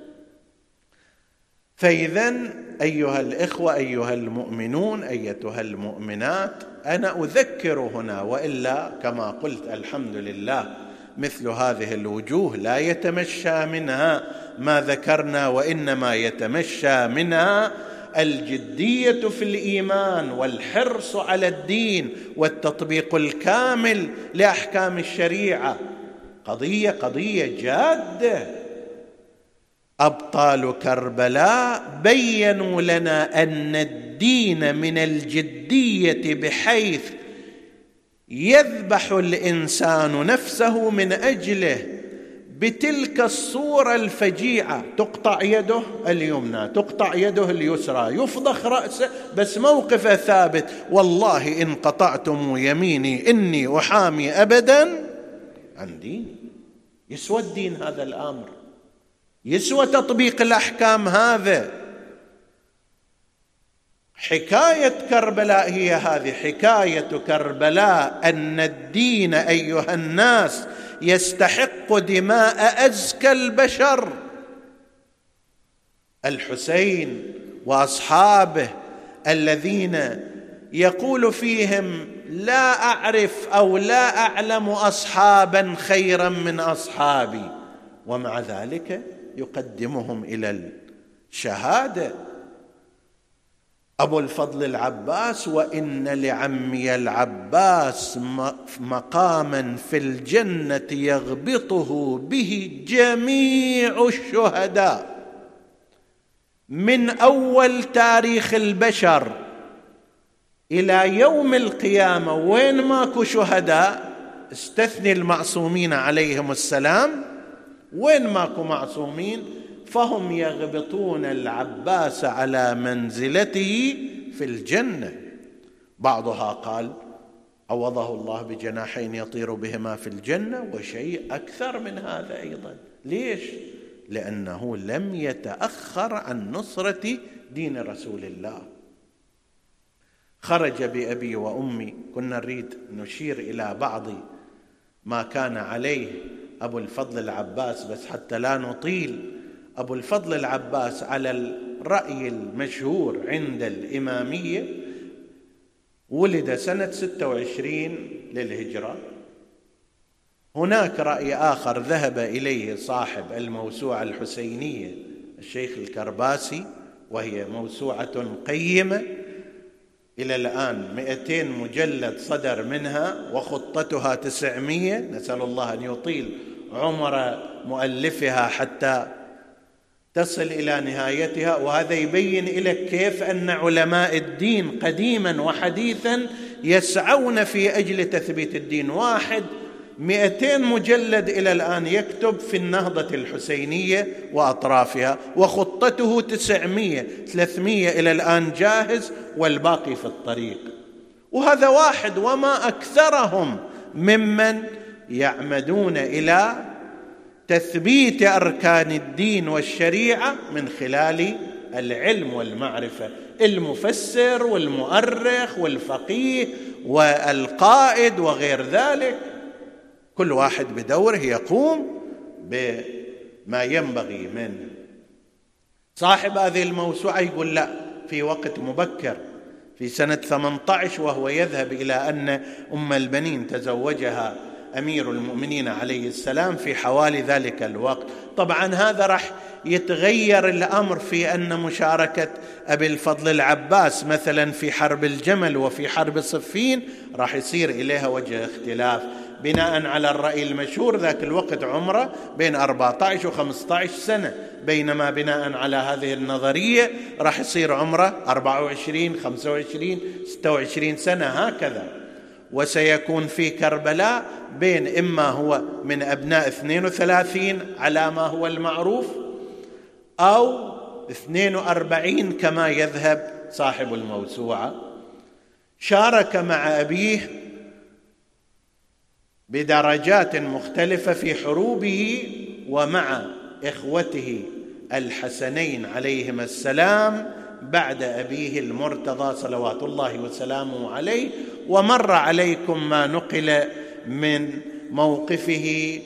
فإذن أيها الإخوة، أيها المؤمنون، أيتها المؤمنات، أنا أذكر هنا، وإلا كما قلت الحمد لله مثل هذه الوجوه لا يتمشى منها ما ذكرنا، وإنما يتمشى منها الجدية في الإيمان والحرص على الدين والتطبيق الكامل لأحكام الشريعة. قضية جادة. أبطال كربلاء بيّنوا لنا أن الدين من الجدية بحيث يذبح الإنسان نفسه من أجله بتلك الصورة الفجيعة. تقطع يده اليمنى، تقطع يده اليسرى، يفضخ رأسه، بس موقفه ثابت: والله إن قطعتم يميني إني أحامي أبدا عن ديني. يسوى الدين هذا الأمر، يسوى تطبيق الأحكام هذا. حكاية كربلاء هي هذه، حكاية كربلاء أن الدين أيها الناس يستحق دماء أزكى البشر، الحسين وأصحابه الذين يقول فيهم: لا أعرف أو لا أعلم أصحابا خيرا من أصحابي، ومع ذلك يقدمهم إلى الشهادة. أبو الفضل العباس: وإن لعمي العباس مقاما في الجنة يغبطه به جميع الشهداء من أول تاريخ البشر إلى يوم القيامة. وين ماكو شهداء، استثني المعصومين عليهم السلام، وين ماكو معصومين فهم يغبطون العباس على منزلته في الجنة. بعضها قال: عوضه الله بجناحين يطير بهما في الجنة، وشيء أكثر من هذا أيضا. ليش؟ لأنه لم يتأخر عن نصرة دين رسول الله. خرج بأبي وأمي. كنا نريد نشير إلى بعض ما كان عليه أبو الفضل العباس بس حتى لا نطيل. أبو الفضل العباس على الرأي المشهور عند الإمامية ولد سنة 26 للهجرة. هناك رأي آخر ذهب إليه صاحب الموسوعة الحسينية الشيخ الكرباسي، وهي موسوعة قيمة إلى الآن 200 مجلد صدر منها وخطتها 900. نسأل الله أن يطيل عمر مؤلفها حتى تصل إلى نهايتها. وهذا يبين لك كيف أن علماء الدين قديما وحديثا يسعون في أجل تثبيت الدين. واحد 200 مجلد إلى الآن يكتب في النهضة الحسينية وأطرافها، وخطته 900 300 إلى الآن جاهز والباقي في الطريق. وهذا واحد وما أكثرهم ممن يعمدون إلى تثبيت أركان الدين والشريعة من خلال العلم والمعرفة. المفسر والمؤرخ والفقيه والقائد وغير ذلك، كل واحد بدوره يقوم بما ينبغي منه. صاحب هذه الموسوعة يقول لا، في وقت مبكر في سنة 18 وهو يذهب إلى أن أم البنين تزوجها أمير المؤمنين عليه السلام في حوالي ذلك الوقت. طبعا هذا راح يتغير الأمر في أن مشاركة أبي الفضل العباس مثلا في حرب الجمل وفي حرب صفين راح يصير إليها وجه اختلاف بناء على الرأي المشهور. ذاك الوقت عمره بين 14 و15 سنة، بينما بناء على هذه النظرية راح يصير عمره 24 25 26 سنة هكذا. وسيكون في كربلاء بين إما هو من أبناء 32 على ما هو المعروف أو 42 كما يذهب صاحب الموسوعة. شارك مع أبيه بدرجات مختلفة في حروبه ومع إخوته الحسنين عليهما السلام بعد أبيه المرتضى صلوات الله وسلامه عليه. ومر عليكم ما نقل من موقفه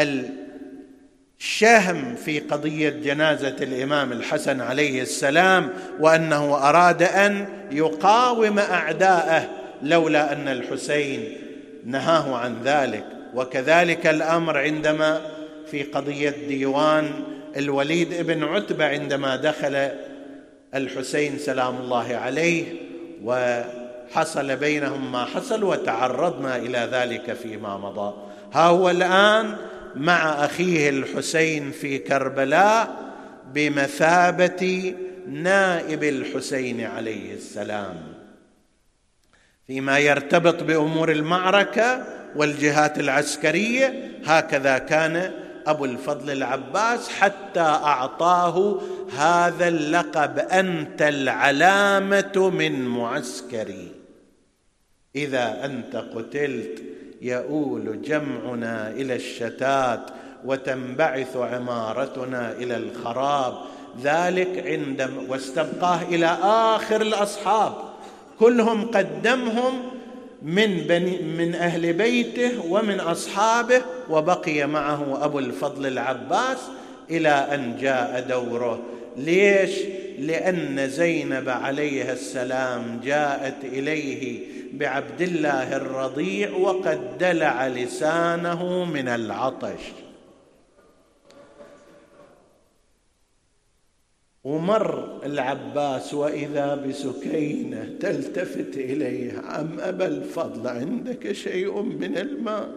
الشهم في قضية جنازة الإمام الحسن عليه السلام، وأنه أراد أن يقاوم أعداءه لولا أن الحسين نهاه عن ذلك. وكذلك الأمر عندما في قضية ديوان الوليد ابن عتبة عندما دخل الحسين سلام الله عليه وحصل بينهم ما حصل، وتعرضنا إلى ذلك فيما مضى. ها هو الآن مع أخيه الحسين في كربلاء بمثابة نائب الحسين عليه السلام فيما يرتبط بأمور المعركة والجهات العسكرية. هكذا كان أبو الفضل العباس حتى أعطاه هذا اللقب: أنت العلامة من معسكري، إذا أنت قتلت يؤول جمعنا إلى الشتات وتنبعث عمارتنا إلى الخراب. ذلك عندما واستبقاه إلى آخر الأصحاب كلهم قدمهم من أهل بيته ومن أصحابه، وبقي معه أبو الفضل العباس إلى أن جاء دوره. ليش؟ لأن زينب عليها السلام جاءت إليه بعبد الله الرضيع وقد دلع لسانه من العطش. ومر العباس وإذا بسكينة تلتفت إليه: عم أبا الفضل، عندك شيء من الماء؟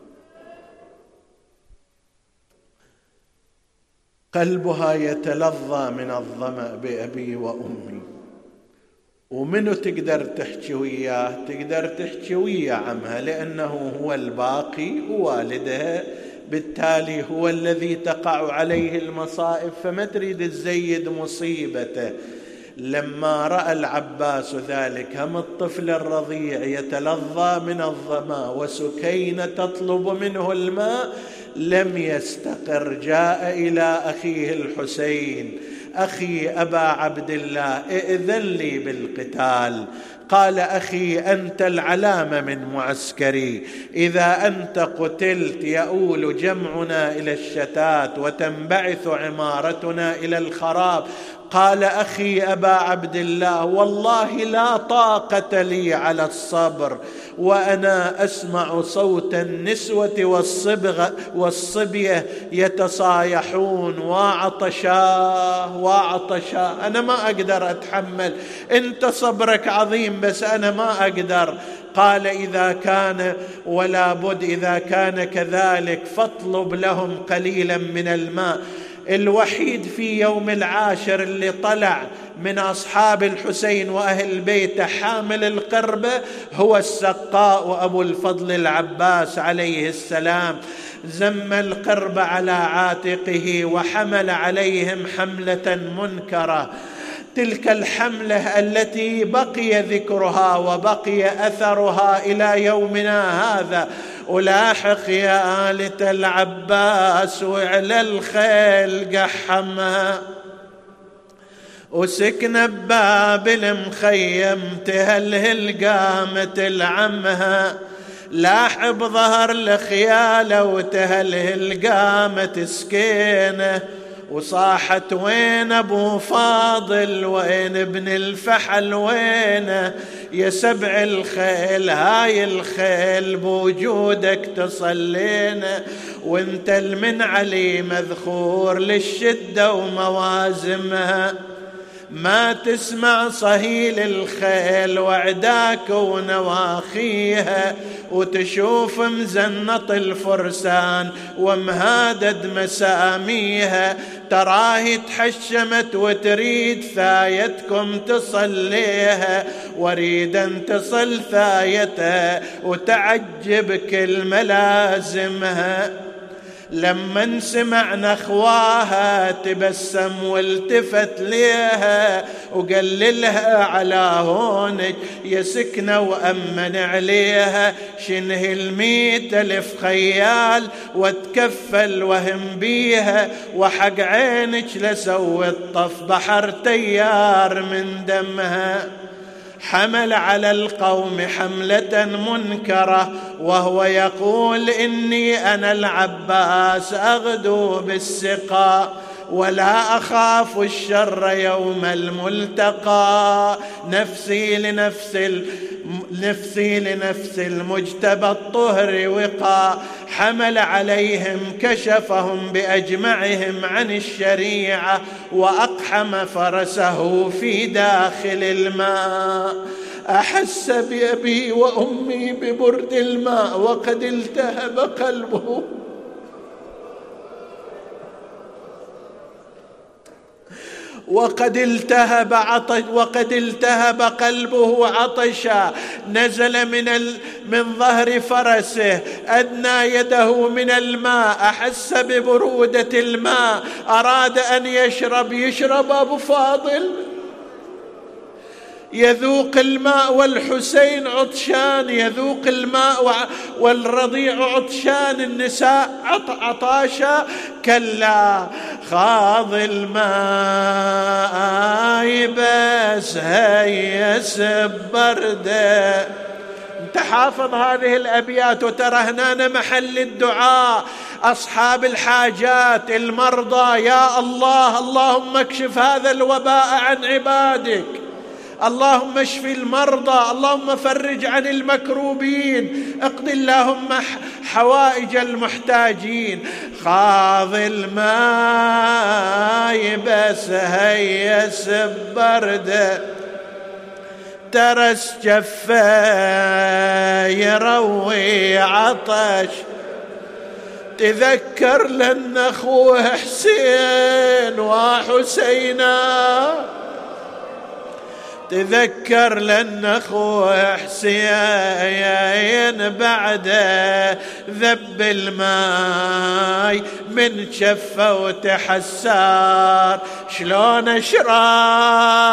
قلبها يتلظى من الظمأ بأبي وأمي. ومنو تقدر تحكي وياه؟ تقدر تحكي ويا عمها، لأنه هو الباقي ووالدها، بالتالي هو الذي تقع عليه المصائب، فما تريد تزيد مصيبته. لما رأى العباس ذلك، هم الطفل الرضيع يتلظى من الظمأ وسكينة تطلب منه الماء، لم يستقر، جاء إلى أخيه الحسين: أخي أبا عبد الله، ائذن لي بالقتال. قال: أخي أنت العلامة من معسكري، إذا أنت قتلت يؤول جمعنا إلى الشتات وتنبعث عمارتنا إلى الخراب. قال: أخي أبا عبد الله، والله لا طاقة لي على الصبر، وأنا أسمع صوت النسوة والصبية يتصايحون: وعطشاه وعطشاه، أنا ما أقدر أتحمل، أنت صبرك عظيم بس أنا ما أقدر. قال: إذا كان ولا بد، إذا كان كذلك فاطلب لهم قليلا من الماء. الوحيد في يوم العاشر اللي طلع من أصحاب الحسين وأهل بيته حامل القربة هو السقاء وأبو الفضل العباس عليه السلام. زم القربة على عاتقه وحمل عليهم حملة منكرة، تلك الحملة التي بقي ذكرها وبقي أثرها إلى يومنا هذا. ألاحق يا آلة العباس وعلى الخيل قحمها، وسكن بباب المخيم تهلهل قامت العمها، لاحب ظهر الخيالة وتهلهل قامت سكينة، وصاحت: وين أبو فاضل، وين ابن الفحل، وينه يا سبع الخيل، هاي الخيل بوجودك تصلينا، وانت المن علي مذخور للشدة وموازمها، ما تسمع صهيل الخيل وعداك ونواخيها، وتشوف مزنط الفرسان ومهادد مساميها، تراهي تحشمت وتريد ثايتكم تصليها، واريد ان تصل ثايتها وتعجب كل ملازمها. لما سمع نخواها تبسم والتفت ليها وقال لها: على هونك يا سكنة وأمن عليها، شنه 100,000 خيال وتكفل وهم بيها، وحق عينك لسوي الطف بحر تيار من دمها. حمل على القوم حملة منكرة وهو يقول: إني أنا العباس أغدو بالسقاء، ولا أخاف الشر يوم الملتقى، نفسي لنفس المجتبى الطهر وقى. حمل عليهم كشفهم بأجمعهم عن الشريعة، وأقحم فرسه في داخل الماء. أحس بأبي وأمي ببرد الماء وقد التهب قلبه، وقد التهب قلبه عطشا. نزل من ظهر فرسه، أدنى يده من الماء، أحس ببرودة الماء، أراد أن يشرب أبو فاضل يذوق الماء، والحسين عطشان يذوق الماء، والرضيع عطشان، النساء عطاشا. كلا خاض الماء بس هيس برده. انت حافظ هذه الأبيات، وترى هنا محل الدعاء، أصحاب الحاجات، المرضى: يا الله اللهم اكشف هذا الوباء عن عبادك، اللهم اشف المرضى، اللهم فرج عن المكروبين، اقض اللهم حوائج المحتاجين. خاض الماء بس هيس برده، ترس جفا يروي عطش، تذكر لأن أخوه حسين وحسينا، تذكر لأن أخوه حسين بعده ذب الماي من شفه وتحسار. شلون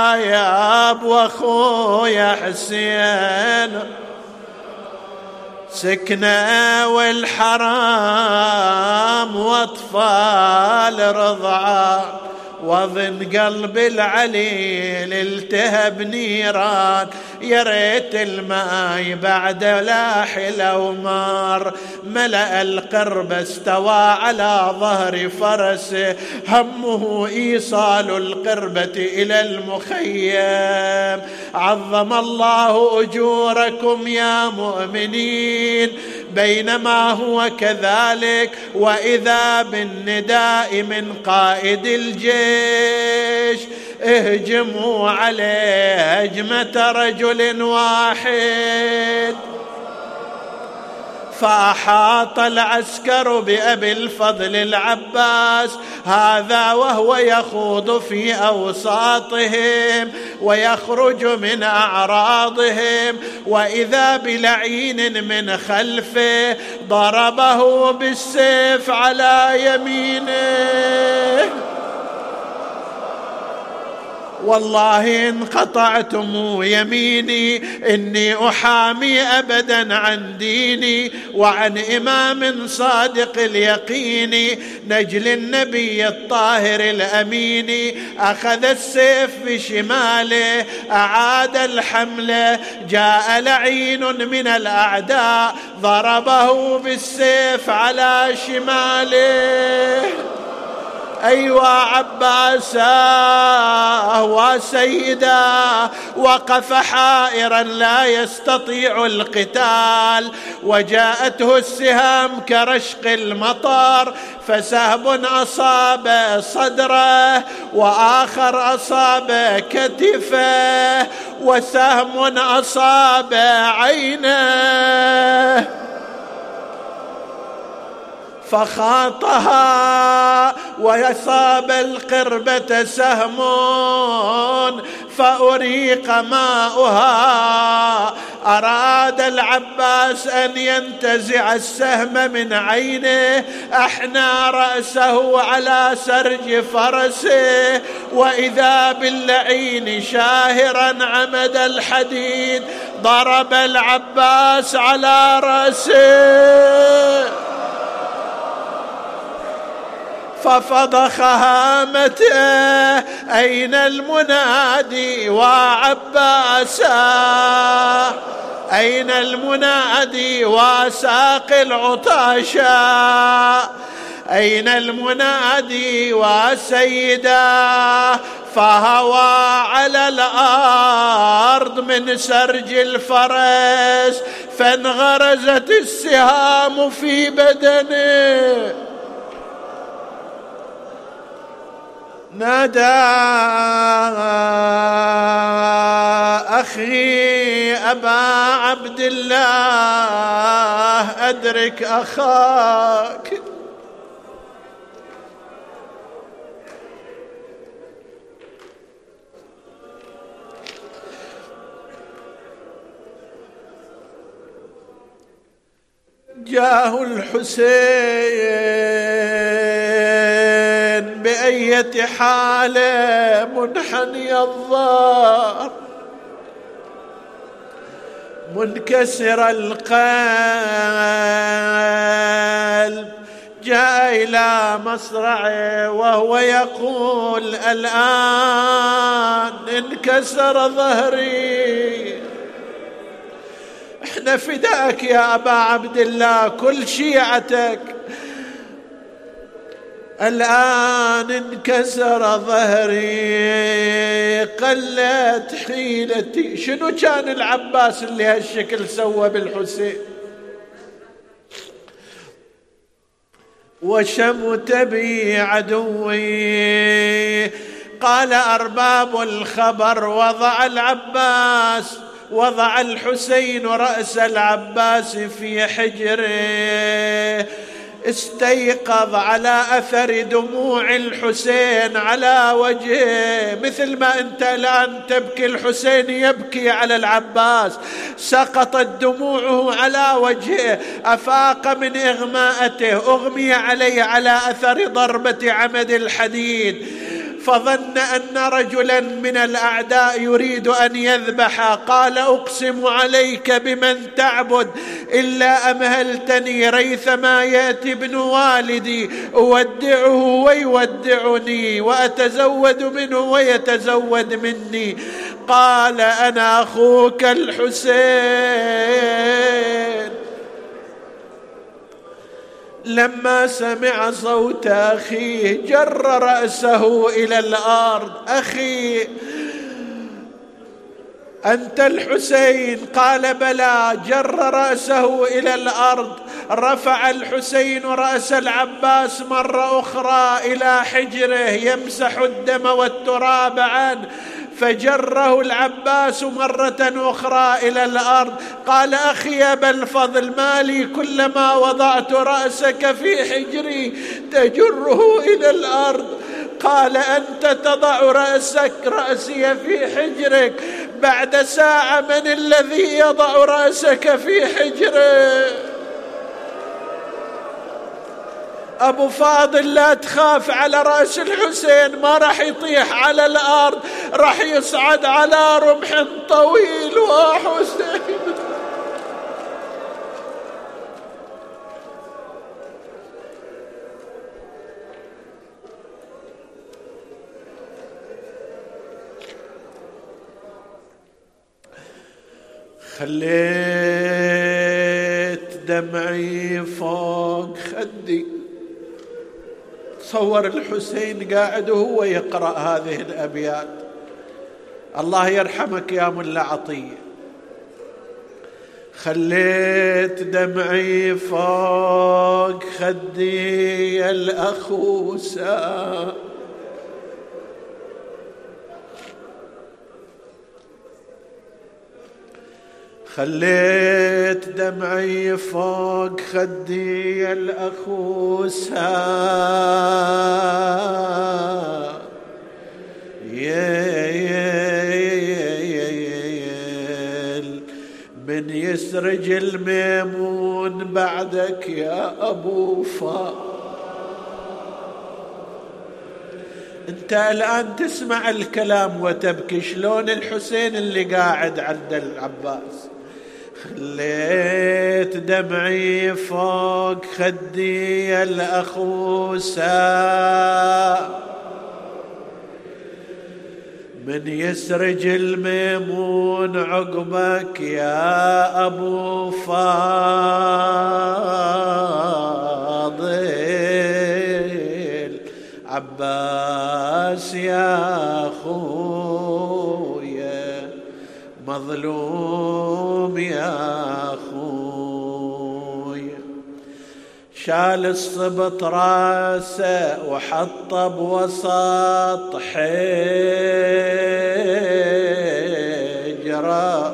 اشرايب واخويا حسين، سكنة والحرام واطفال رضعان، وظن قلب العليل التهب نيران. يا ريت الماي بعد لاح لو مار، ملأ القرب استوى على ظهر فرسه، همه إيصال القربة إلى المخيم. عظم الله أجوركم يا مؤمنين. بينما هو كذلك وإذا بالنداء من قائد الجيش، اهجموا عليه هجمة رجل واحد. فأحاط العسكر بأبي الفضل العباس، هذا وهو يخوض في أوساطهم ويخرج من أعراضهم، وإذا بلعين من خلفه ضربه بالسيف على يمينه. والله إن قطعتم يميني إني أحامي أبدا عن ديني وعن إمام صادق اليقين، نجل النبي الطاهر الأمين. أخذ السيف بشماله أعاد الحمله، جاء لعين من الأعداء ضربه بالسيف على شماله. أيوة عباسا وسيدا، وقف حائرا لا يستطيع القتال، وجاءته السهام كرشق المطر، فسهم أصاب صدره وآخر أصاب كتفه وسهم أصاب عينه. فخاطها ويصاب القربة سهم فأريق ماؤها. أراد العباس أن ينتزع السهم من عينه، أحنى رأسه على سرج فرسه، وإذا باللعين شاهرا عمد الحديد ضرب العباس على رأسه، ففضخ هامته. أين المنادي وعباسا؟ أين المنادي وساق العطاشا؟ أين المنادي وسيدا؟ فهوى على الأرض من سرج الفرس، فانغرزت السهام في بدنه. نادى أخي أبا عبد الله أدرك أخاك. جاءه الحسين بأية حالة منحني الظهر منكسر القلب، جاء إلى مصرعه وهو يقول الآن انكسر ظهري. احنا فداك يا أبا عبد الله كل شيعتك، الآن انكسر ظهري قلت حيلتي. شنو كان العباس اللي هالشكل سوى بالحسين؟ وشمت بي عدوي. قال أرباب الخبر وضع الحسين رأس العباس في حجره، استيقظ على أثر دموع الحسين على وجهه، مثل ما أنت الآن تبكي الحسين يبكي على العباس. سقطت دموعه على وجهه، أفاق من إغماءته، أغمي عليه على أثر ضربة عمد الحديد. فظن أن رجلا من الأعداء يريد أن يذبح، قال أقسم عليك بمن تعبد إلا أمهلتني ريثما يأتي ابن والدي أودعه ويودعني وأتزود منه ويتزود مني. قال أنا أخوك الحسين. لما سمع صوت أخيه جر رأسه إلى الأرض. أخي أنت الحسين؟ قال بلى. جر رأسه إلى الأرض. رفع الحسين رأس العباس مرة أخرى إلى حجره يمسح الدم والتراب عنه، فجره العباس مرة أخرى إلى الأرض. قال أخي يا أبا الفضل، ما لي كلما وضعت رأسك في حجري تجره إلى الأرض؟ قال أنت تضع رأسي في حجرك، بعد ساعة من الذي يضع رأسك في حجره؟ أبو فاضل لا تخاف، على رأس الحسين ما راح يطيح على الأرض، راح يصعد على رمح طويل. وحسين خليت دمعي فوق خدي. تصور الحسين قاعد وهو يقرأ هذه الأبيات. الله يرحمك يا ملا عطية. خليت دمعي فوق خدي الأخو سا، خليت دمعي فوق خدي الأخو سا، من يسرج الميمون بعدك يا أبو فا. انت الآن تسمع الكلام وتبكي، شلون الحسين اللي قاعد عند العباس؟ خليت دمعي فوق خدي الأخو سا، من يسرج الميمون عقبك يا أبو فاضل. عباس يا أخويا مظلوم يا أخويا. شال الصبط راسه وحطه بوسط حجره،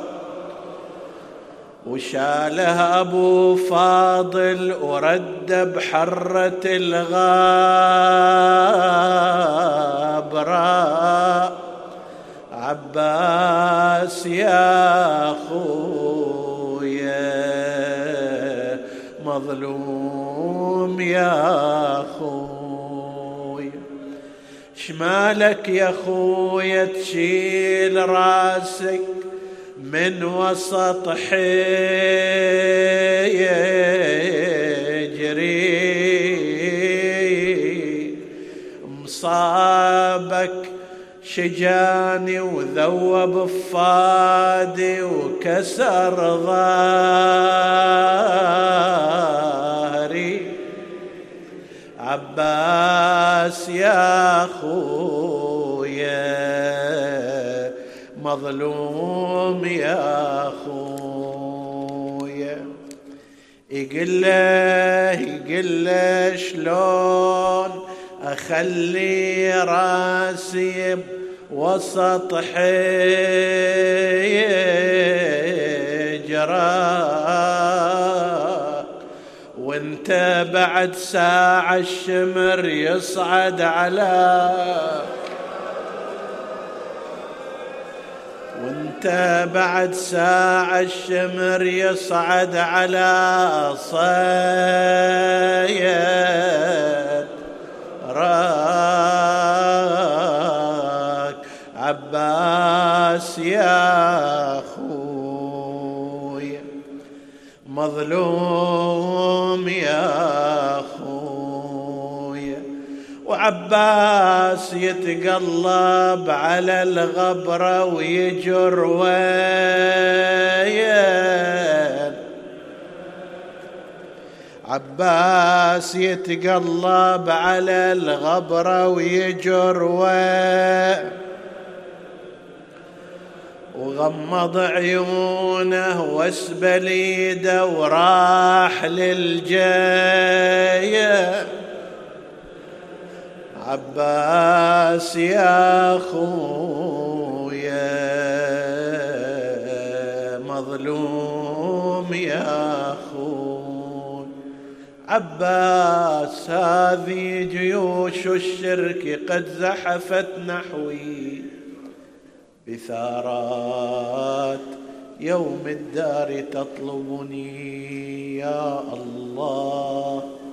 وشاله أبو فاضل ورد بحرة الغابرة. عباس يا أخويا مظلوم يا أخويا. شمالك يا أخويا تشيل راسك من وسط حجري، مصابك شجاني وذوب فادي وكسر ظهري. عباس يا أخويا مظلوم يا أخويا. يقول له شلون أخلي راسي وسط حجرة، وانت بعد ساعة الشمر يصعد على، وانت بعد ساعة الشمر يصعد على صيد راسي. عباس يا أخوي مظلوم يا أخوي، وعباس يتقلب على الغبرة ويجر وين، عباس يتقلب على الغبرة ويجر وين، وغمض عيونه واسبل ايده وراح للجايه. عباس يا أخويا مظلوم يا أخوي، عباس هذه جيوش الشرك قد زحفت نحوي بثارات يوم الدار تطلبني يا الله.